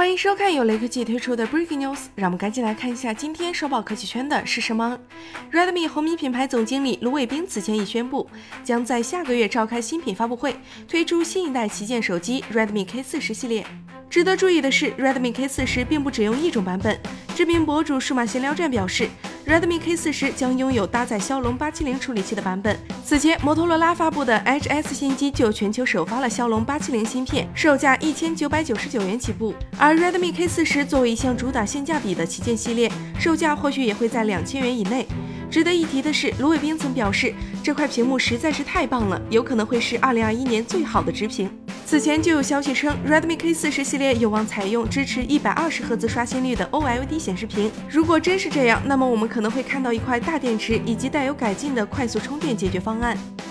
欢迎收看由雷科技推出的 Breaking News， 让我们赶紧来看一下今天收爆科技圈的是什么。Redmi 红米品牌总经理卢伟冰此前已宣布，将在下个月召开新品发布会，推出新一代旗舰手机 Redmi K40 系列。值得注意的是 ，Redmi K40 并不只用一种版本。知名博主数码闲聊站表示，Redmi K40 将拥有搭载骁龙870处理器的版本。此前，摩托罗拉发布的 Edge S 新机就全球首发了骁龙870芯片，售价1999元起步。而 Redmi K40 作为一项主打性价比的旗舰系列，售价或许也会在2000元以内。值得一提的是，卢伟冰曾表示，这块屏幕实在是太棒了，有可能会是2021年最好的直屏。此前就有消息称 ，Redmi K40 系列有望采用支持120赫兹刷新率的 OLED 显示屏。如果真是这样，那么我们可能会看到一块大电池以及带有改进的快速充电解决方案。